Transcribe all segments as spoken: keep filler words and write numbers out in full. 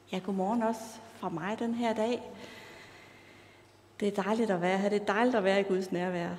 Ja, godmorgen også fra mig den her dag. Det er dejligt at være her. Det er dejligt at være i Guds nærvær.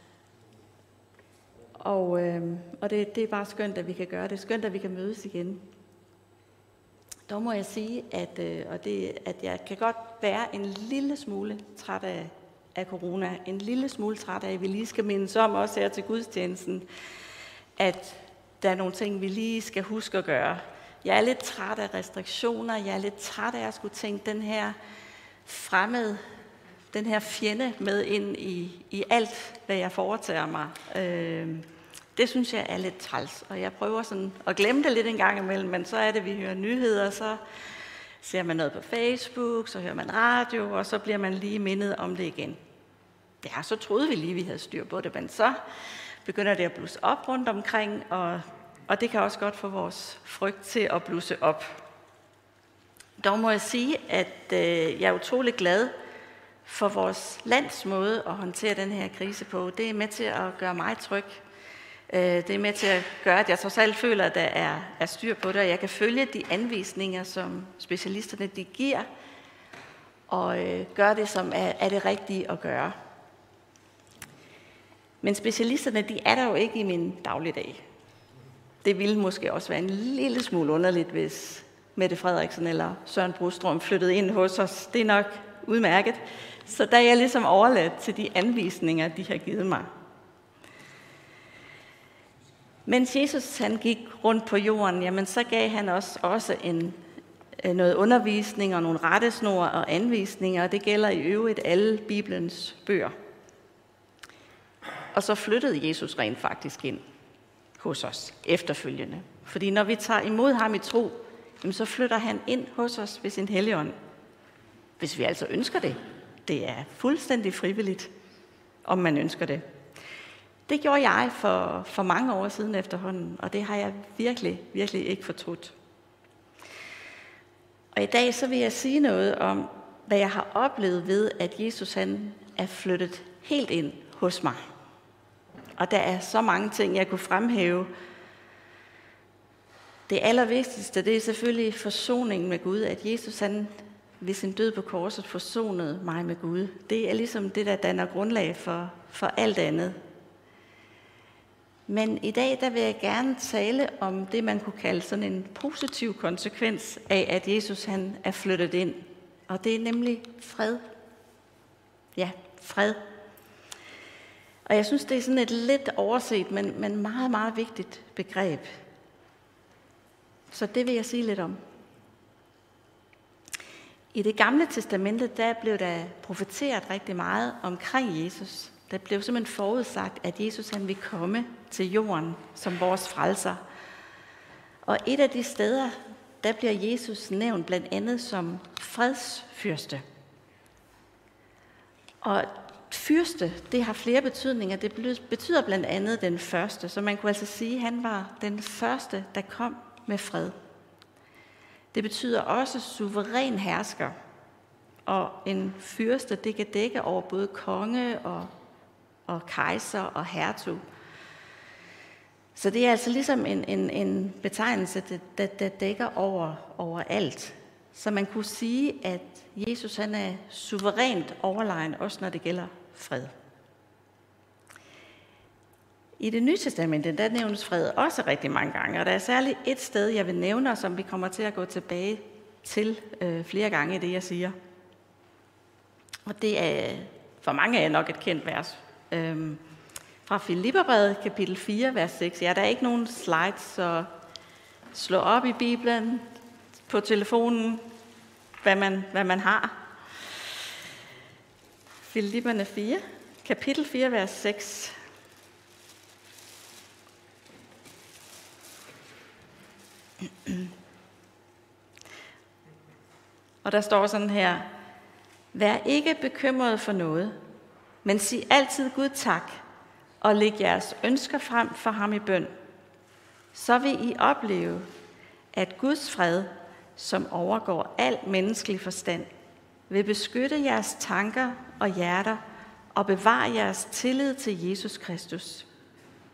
Og, øh, og det, det er bare skønt, at vi kan gøre det. Det er skønt, at vi kan mødes igen. Dog må jeg sige, at, øh, og det, at jeg kan godt være en lille smule træt af, af corona. En lille smule træt af, at vi lige skal mindes om også her til gudstjenesten, at der er nogle ting, vi lige skal huske at gøre. Jeg er lidt træt af restriktioner. Jeg er lidt træt af at skulle tænke den her fremmede, den her fjende med ind i, i alt, hvad jeg foretager mig. Øh, det synes jeg er lidt træls, og jeg prøver sådan at glemme det lidt en gang imellem, men så er det, vi hører nyheder, så ser man noget på Facebook, så hører man radio, og så bliver man lige mindet om det igen. Ja, så troede vi lige, vi havde styr på det, men så begynder det at blusse op rundt omkring, og, og det kan også godt få vores frygt til at blusse op. Dog må jeg sige, at øh, jeg er utrolig glad for vores lands måde at håndtere den her krise på. Det er med til at gøre mig tryg. Det er med til at gøre, at jeg trods alt føler, at der er, er styr på det, og jeg kan følge de anvisninger, som specialisterne de giver, og øh, gøre det, som er, er det rigtige at gøre. Men specialisterne, de er der jo ikke i min dagligdag. Det ville måske også være en lille smule underligt, hvis Mette Frederiksen eller Søren Brostrøm flyttede ind hos os. Det er nok udmærket. Så der er jeg ligesom overladt til de anvisninger, de har givet mig. Mens Jesus han gik rundt på jorden, jamen, så gav han os også en, noget undervisning og nogle rettesnor og anvisninger, og det gælder i øvrigt alle Bibelens bøger. Og så flyttede Jesus rent faktisk ind hos os efterfølgende. Fordi når vi tager imod ham i tro, jamen, så flytter han ind hos os ved sin Helligånd. Hvis vi altså ønsker det. Det er fuldstændig frivilligt, om man ønsker det. Det gjorde jeg for, for mange år siden efterhånden, og det har jeg virkelig, virkelig ikke fortrudt. Og i dag så vil jeg sige noget om, hvad jeg har oplevet ved, at Jesus han er flyttet helt ind hos mig. Og der er så mange ting, jeg kunne fremhæve. Det allervigtigste, det er selvfølgelig forsoningen med Gud, at Jesus han ved sin død på korset forsonede mig med Gud. Det er ligesom det, der danner grundlag for, for alt andet. Men i dag der vil jeg gerne tale om det, man kunne kalde sådan en positiv konsekvens af, at Jesus han er flyttet ind. Og det er nemlig fred. Ja, fred. Og jeg synes, det er sådan et lidt overset, men, men meget, meget vigtigt begreb. Så det vil jeg sige lidt om. I det gamle testamente, der blev der profeteret rigtig meget omkring Jesus. Der blev simpelthen forudsagt, at Jesus han vil komme til jorden som vores frelser. Og et af de steder, der bliver Jesus nævnt blandt andet som fredsfyrste. Og fyrste, det har flere betydninger. Det betyder blandt andet den første. Så man kunne altså sige, at han var den første, der kom med fred. Det betyder også suveræn hersker. Og en fyrste, det kan dække over både konge og og kejser og hertug. Så det er altså ligesom en, en, en betegnelse, der, der, der dækker over, over alt. Så man kunne sige, at Jesus han er suverænt overlegen, også når det gælder fred. I det nye testamente, der nævnes fred også rigtig mange gange, og der er særligt et sted, jeg vil nævne, som vi kommer til at gå tilbage til øh, flere gange i det, jeg siger. Og det er for mange af jer nok et kendt vers. Øhm, fra Filipperbrevet, kapitel fire, vers seks. Ja, der er ikke nogen slides, så slå op i Bibelen, på telefonen, hvad man, hvad man har. Filipperne fire, kapitel fire, vers seks. Og der står sådan her: Vær ikke bekymret for noget, men sig altid Gud tak, og læg jeres ønsker frem for ham i bøn. Så vil I opleve, at Guds fred, som overgår al menneskelig forstand, vil beskytte jeres tanker og hjerter og bevare jeres tillid til Jesus Kristus.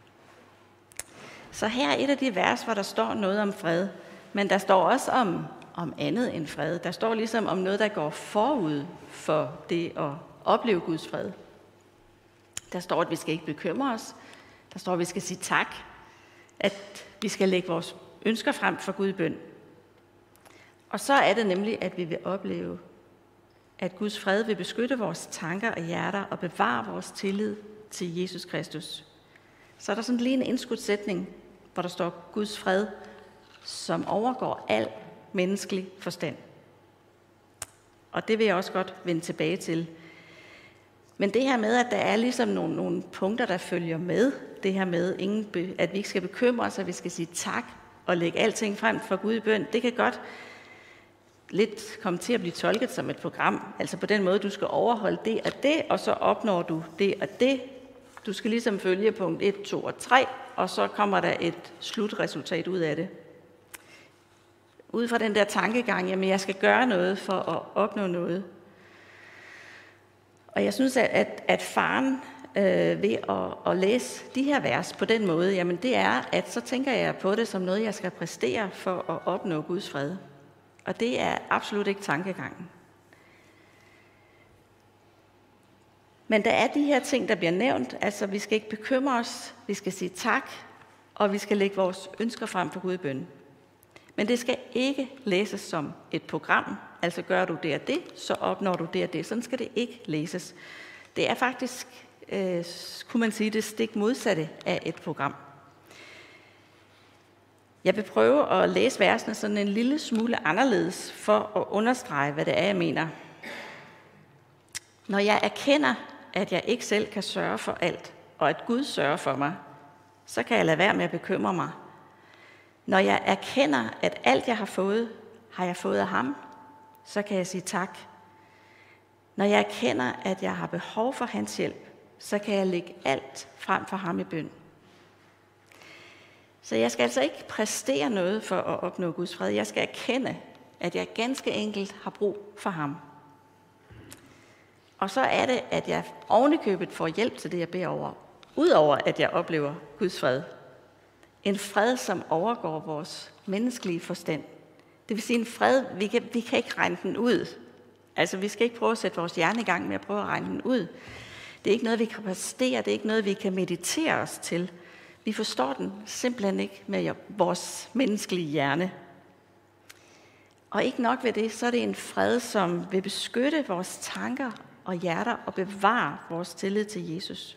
Så her er et af de vers, hvor der står noget om fred, men der står også om om andet end fred. Der står ligesom om noget, der går forud for det at opleve Guds fred. Der står, at vi skal ikke bekymre os. Der står, at vi skal sige tak. At vi skal lægge vores ønsker frem for Gud i bøn. Og så er det nemlig, at vi vil opleve, at Guds fred vil beskytte vores tanker og hjerter og bevare vores tillid til Jesus Kristus. Så er der sådan lige en indskudsætning, hvor der står Guds fred, som overgår al menneskelig forstand. Og det vil jeg også godt vende tilbage til. Men det her med, at der er ligesom nogle, nogle punkter, der følger med, det her med, ingen, at vi ikke skal bekymre os, at vi skal sige tak og lægge alting frem for Gud i bøn, det kan godt lidt komme til at blive tolket som et program. Altså på den måde, du skal overholde det og det, og så opnår du det og det. Du skal ligesom følge punkt et, to og tre, og så kommer der et slutresultat ud af det. Ud fra den der tankegang, jamen jeg skal gøre noget for at opnå noget. Og jeg synes, at, at, at faren øh, ved at, at læse de her vers på den måde, jamen det er, at så tænker jeg på det som noget, jeg skal præstere for at opnå Guds fred. Og det er absolut ikke tankegangen. Men der er de her ting, der bliver nævnt. Altså, vi skal ikke bekymre os, vi skal sige tak, og vi skal lægge vores ønsker frem for Gud i bøn. Men det skal ikke læses som et program. Altså, gør du det og det, så opnår du det og det. Sådan skal det ikke læses. Det er faktisk, øh, kunne man sige, det stik modsatte af et program. Jeg vil prøve at læse versene sådan en lille smule anderledes, for at understrege, hvad det er, jeg mener. Når jeg erkender, at jeg ikke selv kan sørge for alt, og at Gud sørger for mig, så kan jeg lade være med at bekymre mig. Når jeg erkender, at alt jeg har fået, har jeg fået af ham, så kan jeg sige tak. Når jeg erkender, at jeg har behov for hans hjælp, så kan jeg lægge alt frem for ham i bøn. Så jeg skal altså ikke præstere noget for at opnå Guds fred. Jeg skal erkende, at jeg ganske enkelt har brug for ham. Og så er det, at jeg ovenikøbet får hjælp til det, jeg beder over. Udover at jeg oplever Guds fred. En fred, som overgår vores menneskelige forstand. Det vil sige en fred, vi kan, vi kan ikke regne den ud. Altså vi skal ikke prøve at sætte vores hjerne i gang med at prøve at regne den ud. Det er ikke noget, vi kan præstere. Det er ikke noget, vi kan meditere os til. Vi forstår den simpelthen ikke med vores menneskelige hjerne. Og ikke nok ved det, så er det en fred, som vil beskytte vores tanker og hjerter og bevare vores tillid til Jesus.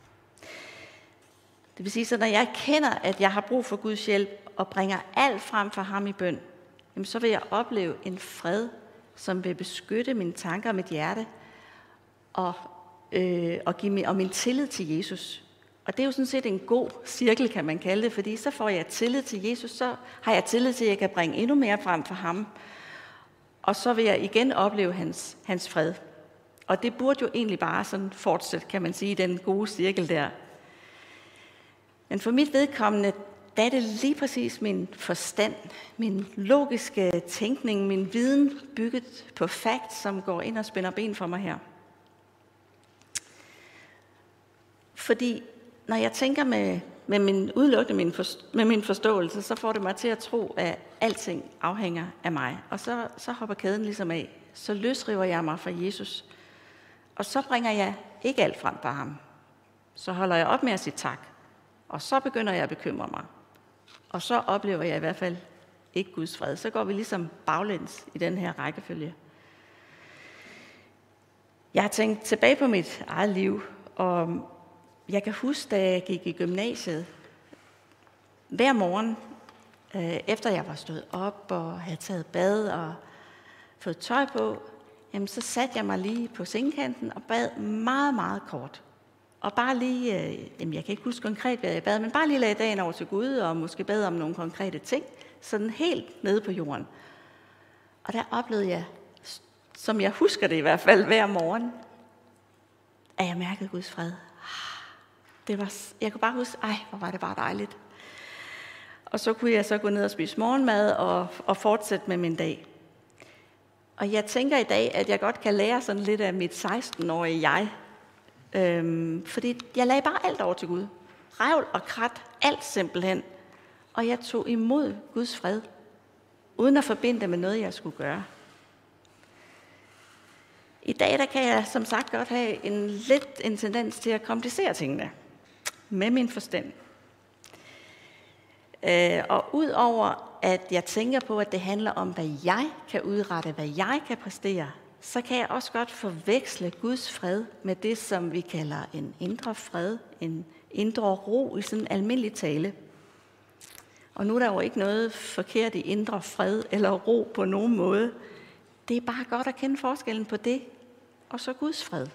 Det vil sige, at når jeg kender, at jeg har brug for Guds hjælp og bringer alt frem for ham i bøn, jamen så vil jeg opleve en fred, som vil beskytte mine tanker og mit hjerte og, øh, og give mig, og min tillid til Jesus. Og det er jo sådan set en god cirkel, kan man kalde det, fordi så får jeg tillid til Jesus, så har jeg tillid til, at jeg kan bringe endnu mere frem for ham. Og så vil jeg igen opleve hans, hans fred. Og det burde jo egentlig bare sådan fortsætte, kan man sige, den gode cirkel der. Men for mit vedkommende, der er det lige præcis min forstand, min logiske tænkning, min viden bygget på fakt, som går ind og spænder ben for mig her. Fordi når jeg tænker med, med min udelukkende min forst- med min forståelse, så får det mig til at tro, at alting afhænger af mig. Og så, så hopper kæden ligesom af. Så løsriver jeg mig fra Jesus. Og så bringer jeg ikke alt frem for ham. Så holder jeg op med at sige tak. Og så begynder jeg at bekymre mig. Og så oplever jeg i hvert fald ikke Guds fred. Så går vi ligesom baglæns i den her rækkefølge. Jeg har tænkt tilbage på mit eget liv, og jeg kan huske, da jeg gik i gymnasiet, hver morgen, øh, efter jeg var stået op og havde taget bad og fået tøj på, jamen så satte jeg mig lige på sengekanten og bad meget, meget kort. Og bare lige, øh, jamen jeg kan ikke huske konkret, hvad jeg bad, men bare lige lagde dagen over til Gud og måske bad om nogle konkrete ting, sådan helt nede på jorden. Og der oplevede jeg, som jeg husker det i hvert fald hver morgen, at jeg mærkede Guds fred. Det var, jeg kunne bare huske, ej, hvor var det bare dejligt. Og så kunne jeg så gå ned og spise morgenmad og, og fortsætte med min dag. Og jeg tænker i dag, at jeg godt kan lære sådan lidt af mit seksten-årige jeg. Øhm, fordi jeg lagde bare alt over til Gud. Revl og krat, alt simpelthen. Og jeg tog imod Guds fred. uden at forbinde det med noget, jeg skulle gøre. I dag der kan jeg som sagt godt have en lidt en tendens til at komplicere tingene med min forstand. Øh, og udover at jeg tænker på, at det handler om, hvad jeg kan udrette, hvad jeg kan præstere, så kan jeg også godt forveksle Guds fred med det, som vi kalder en indre fred, en indre ro i sådan en almindelig tale. Og nu er der jo ikke noget forkert i indre fred eller ro på nogen måde. Det er bare godt at kende forskellen på det og så Guds fred.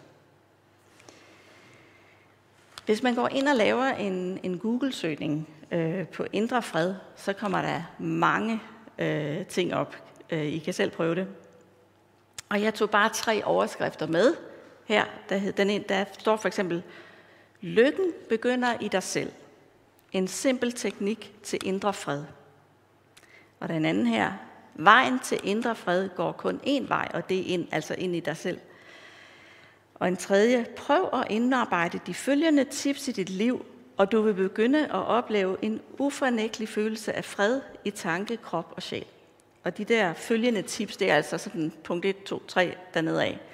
Hvis man går ind og laver en, en Google-søgning øh, på indre fred, så kommer der mange øh, ting op. Øh, I kan selv prøve det. Og jeg tog bare tre overskrifter med her. Der, den ene, der står for eksempel, lykken begynder i dig selv. En simpel teknik til indre fred. Og den anden her, vejen til indre fred går kun én vej, og det er ind, altså ind i dig selv. Og en tredje, prøv at indarbejde de følgende tips i dit liv, og du vil begynde at opleve en ufornægtelig følelse af fred i tanke, krop og sjæl. Og de der følgende tips, det er altså sådan punkt et, to, tre dernede af.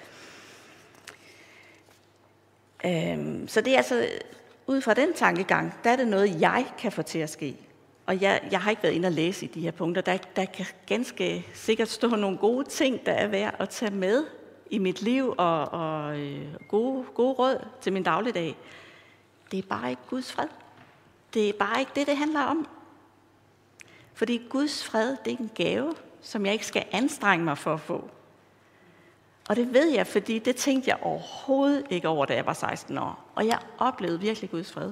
Øhm, så det er altså, ud fra den tankegang, der er det noget, jeg kan få til at ske. Og jeg, jeg har ikke været inde og læse i de her punkter. Der, der kan ganske sikkert stå nogle gode ting, der er værd at tage med i mit liv, og, og øh, gode, gode råd til min dagligdag. Det er bare ikke Guds fred. Det er bare ikke det, det handler om. Fordi Guds fred, det er en gave, som jeg ikke skal anstrenge mig for at få. Og det ved jeg, fordi det tænkte jeg overhovedet ikke over, da jeg var seksten år. Og jeg oplevede virkelig Guds fred.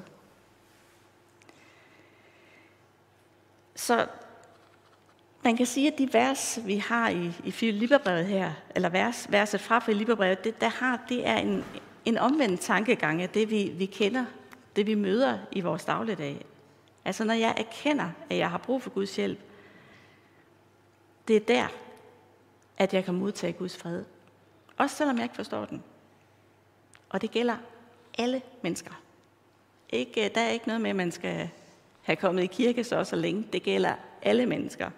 Så man kan sige, at de vers, vi har i, i Filipperbrevet her, eller vers, verset fra Filipperbrevet, det, der har, det er en, en omvendt tankegang af det, vi, vi kender, det vi møder i vores dagligdag. Altså når jeg erkender, at jeg har brug for Guds hjælp, det er der, at jeg kan modtage Guds fred. Også selvom jeg ikke forstår den. Og det gælder alle mennesker. Ikke, der er ikke noget med, at man skal have kommet i kirke så så længe. Det gælder alle mennesker.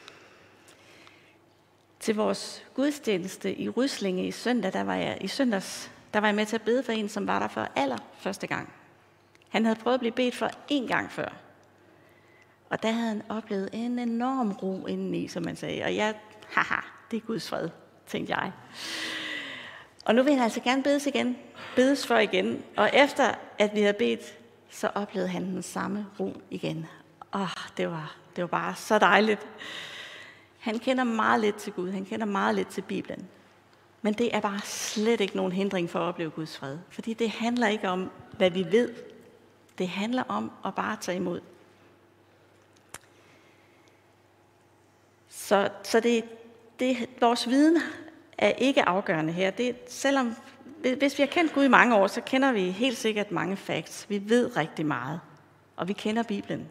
Til vores gudstjeneste i Ryslinge i søndag, der var jeg i søndags, der var jeg med til at bede for en, som var der for allerførste gang. Han havde prøvet at blive bedt for én gang før. Og der havde han oplevet en enorm ro indeni, som man sagde. Og jeg, haha, det er Guds fred, tænkte jeg. Og nu vil han altså gerne bedes igen, bedes for igen. Og efter at vi havde bedt, så oplevede han den samme ro igen. Åh, det var, det var bare så dejligt. Han kender meget lidt til Gud, han kender meget lidt til Bibelen. Men det er bare slet ikke nogen hindring for at opleve Guds fred. Fordi det handler ikke om, hvad vi ved. Det handler om at bare tage imod. Så, så det, det, vores viden er ikke afgørende her. Det, selvom, hvis vi har kendt Gud i mange år, så kender vi helt sikkert mange facts. Vi ved rigtig meget, og vi kender Bibelen.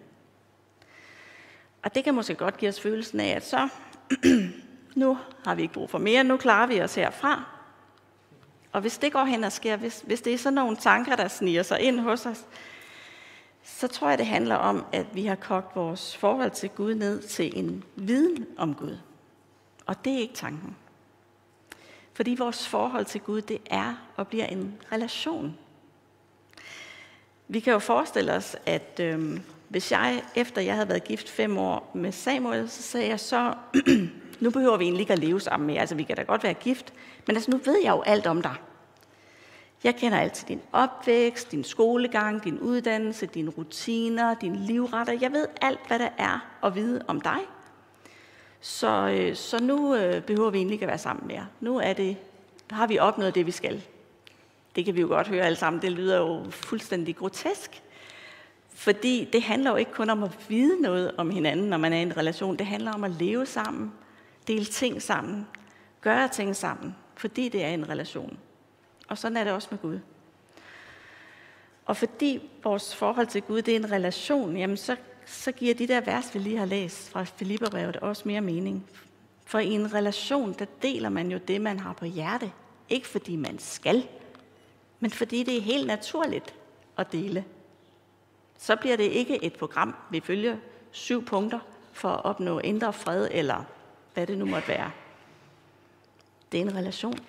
Og det kan måske godt give os følelsen af, at så, nu har vi ikke brug for mere, nu klarer vi os herfra. Og hvis det går hen og sker, hvis, hvis det er sådan nogle tanker, der sniger sig ind hos os, så tror jeg, det handler om, at vi har kogt vores forhold til Gud ned til en viden om Gud. Og det er ikke tanken. Fordi vores forhold til Gud, det er og bliver en relation. Vi kan jo forestille os, at øh, hvis jeg, efter jeg havde været gift fem år med Samuel, så sagde jeg så, nu behøver vi egentlig ikke at leve sammen mere. Altså, vi kan da godt være gift, men altså, nu ved jeg jo alt om dig. Jeg kender altid din opvækst, din skolegang, din uddannelse, dine rutiner, dine livretter. Jeg ved alt, hvad der er at vide om dig. Så, øh, så nu øh, behøver vi egentlig ikke at være sammen mere. Nu er det, har vi opnået det, vi skal. Det kan vi jo godt høre alle sammen. Det lyder jo fuldstændig grotesk. Fordi det handler jo ikke kun om at vide noget om hinanden, når man er i en relation. Det handler om at leve sammen, dele ting sammen, gøre ting sammen, fordi det er en relation. Og sådan er det også med Gud. Og fordi vores forhold til Gud, det er en relation, jamen så, så giver de der vers, vi lige har læst fra Filipperbrevet, også mere mening. For i en relation, der deler man jo det, man har på hjerte. Ikke fordi man skal, men fordi det er helt naturligt at dele. Så bliver det ikke et program, vi følger syv punkter for at opnå indre fred, eller hvad det nu måtte være. Det er en relation.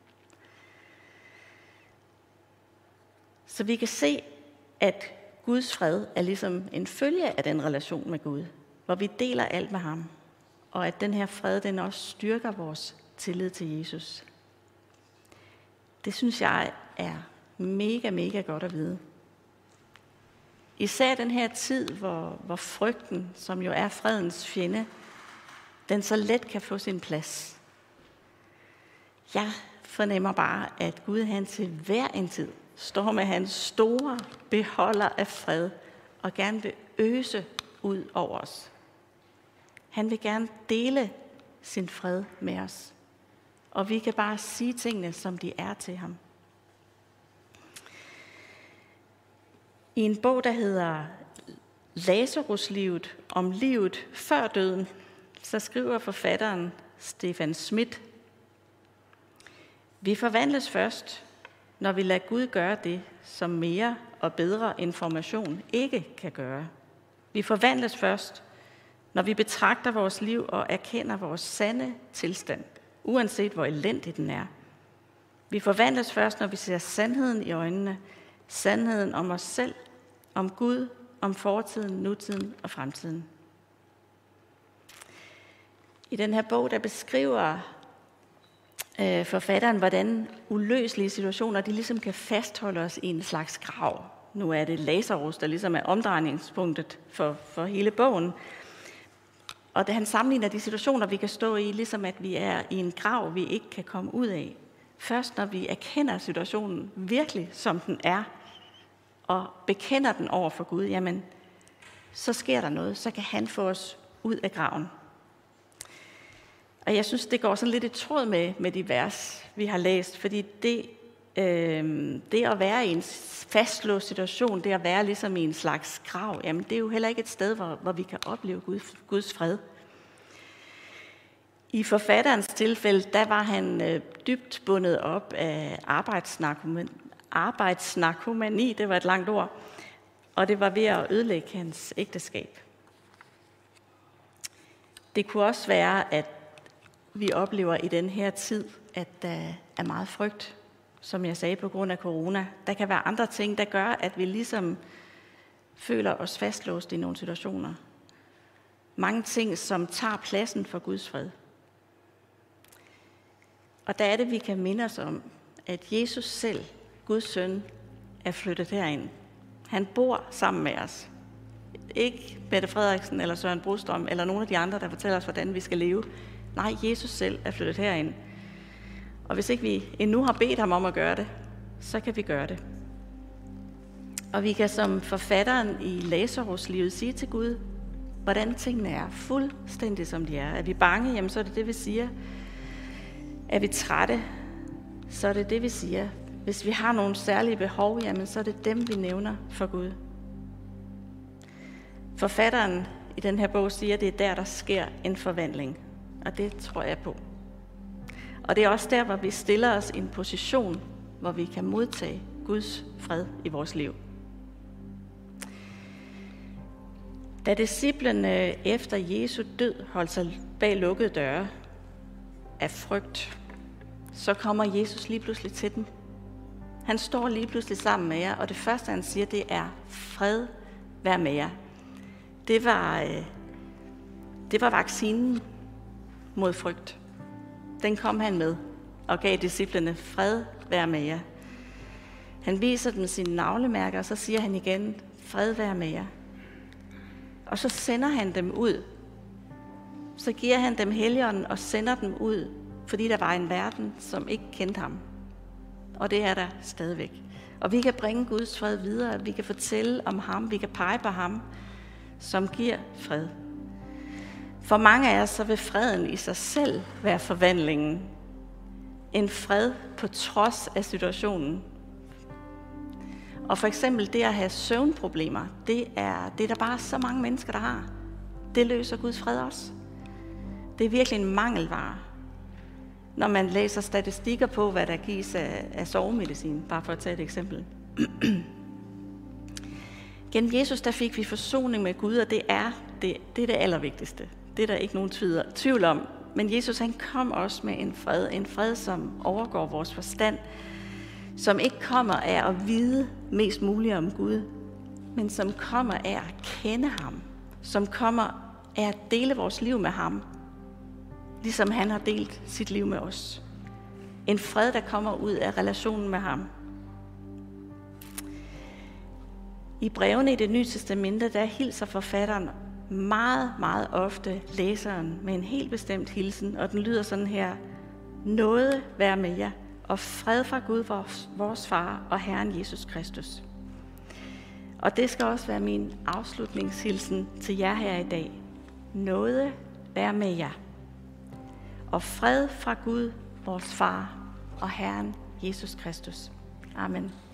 Så vi kan se, at Guds fred er ligesom en følge af den relation med Gud, hvor vi deler alt med ham, og at den her fred, den også styrker vores tillid til Jesus. Det synes jeg er mega, mega godt at vide. Især den her tid, hvor, hvor frygten, som jo er fredens fjende, den så let kan få sin plads. Jeg fornemmer bare, at Gud han til hver en tid står med hans store beholder af fred, og gerne vil øse ud over os. Han vil gerne dele sin fred med os. Og vi kan bare sige tingene, som de er til ham. I en bog, der hedder Lazaruslivet, om livet før døden, så skriver forfatteren Stefan Schmidt: Vi forvandles først, når vi lader Gud gøre det, som mere og bedre information ikke kan gøre. Vi forvandles først, når vi betragter vores liv og erkender vores sande tilstand, uanset hvor elendig den er. Vi forvandles først, når vi ser sandheden i øjnene, sandheden om os selv, om Gud, om fortiden, nutiden og fremtiden. I den her bog, der beskriver øh, forfatteren, hvordan uløselige situationer, de ligesom kan fastholde os i en slags grav. Nu er det Lazarus, der ligesom er omdrejningspunktet for, for hele bogen. Og da han sammenligner de situationer, vi kan stå i, ligesom at vi er i en grav, vi ikke kan komme ud af. Først når vi erkender situationen virkelig, som den er, og bekender den over for Gud, jamen, så sker der noget. Så kan han få os ud af graven. Og jeg synes, det går sådan lidt i tråd med, med de vers, vi har læst, fordi det, øh, det at være i en fastlåst situation, det at være ligesom i en slags grav, jamen, det er jo heller ikke et sted, hvor, hvor vi kan opleve Gud, Guds fred. I forfatterens tilfælde, der var han øh, dybt bundet op af arbejdsnarkomani. Arbejdsnarkomani, det var et langt ord, og det var ved at ødelægge hans ægteskab. Det kunne også være, at vi oplever i den her tid, at der er meget frygt, som jeg sagde, på grund af corona. Der kan være andre ting, der gør, at vi ligesom føler os fastlåst i nogle situationer. Mange ting, som tager pladsen for Guds fred. Og der er det, vi kan minde os om, at Jesus selv, Guds søn, er flyttet herind. Han bor sammen med os. Ikke Mette Frederiksen eller Søren Brostrøm eller nogle af de andre, der fortæller os, hvordan vi skal leve. Nej, Jesus selv er flyttet herind. Og hvis ikke vi endnu har bedt ham om at gøre det, så kan vi gøre det. Og vi kan som forfatteren i Lazaruslivet sige til Gud, hvordan tingene er, fuldstændig som de er. Er vi bange, jamen så er det det, vi siger. Er vi trætte, så er det det, vi siger. Hvis vi har nogle særlige behov, jamen så er det dem, vi nævner for Gud. Forfatteren i den her bog siger, at det er der, der sker en forvandling. Og det tror jeg på. Og det er også der, hvor vi stiller os i en position, hvor vi kan modtage Guds fred i vores liv. Da disciplene efter Jesu død holdt sig bag lukkede døre af frygt, så kommer Jesus lige pludselig til dem. Han står lige pludselig sammen med jer, og det første, han siger, det er, fred, vær med jer. Det var, det var vaccinen mod frygt. Den kom han med og gav disciplene, fred, vær med jer. Han viser dem sine navlemærker, og så siger han igen, fred, vær med jer. Og så sender han dem ud. Så giver han dem Helligånden og sender dem ud, fordi der var en verden, som ikke kendte ham. Og det er der stadigvæk. Og vi kan bringe Guds fred videre, vi kan fortælle om ham, vi kan pege på ham, som giver fred. For mange af os, så vil freden i sig selv være forvandlingen. En fred på trods af situationen. Og for eksempel det at have søvnproblemer, det er, det er der bare så mange mennesker, der har. Det løser Guds fred også. Det er virkelig en mangelvare. Når man læser statistikker på, hvad der gives af, af sovemedicin, bare for at tage et eksempel. Gennem Jesus, der fik vi forsoning med Gud, og det er det, det, er det allervigtigste. Det er der ikke nogen tvivl om. Men Jesus han kom også med en fred, en fred, som overgår vores forstand, som ikke kommer af at vide mest muligt om Gud, men som kommer af at kende ham, som kommer af at dele vores liv med ham, ligesom han har delt sit liv med os. En fred, der kommer ud af relationen med ham. I brevene i Det Nye Testamente, der hilser forfatteren meget, meget ofte læseren med en helt bestemt hilsen, og den lyder sådan her: nåde være med jer, og fred fra Gud, vores, vores far og Herren Jesus Kristus. Og det skal også være min afslutningshilsen til jer her i dag. Nåde være med jer, og fred fra Gud, vores far og Herren Jesus Kristus. Amen.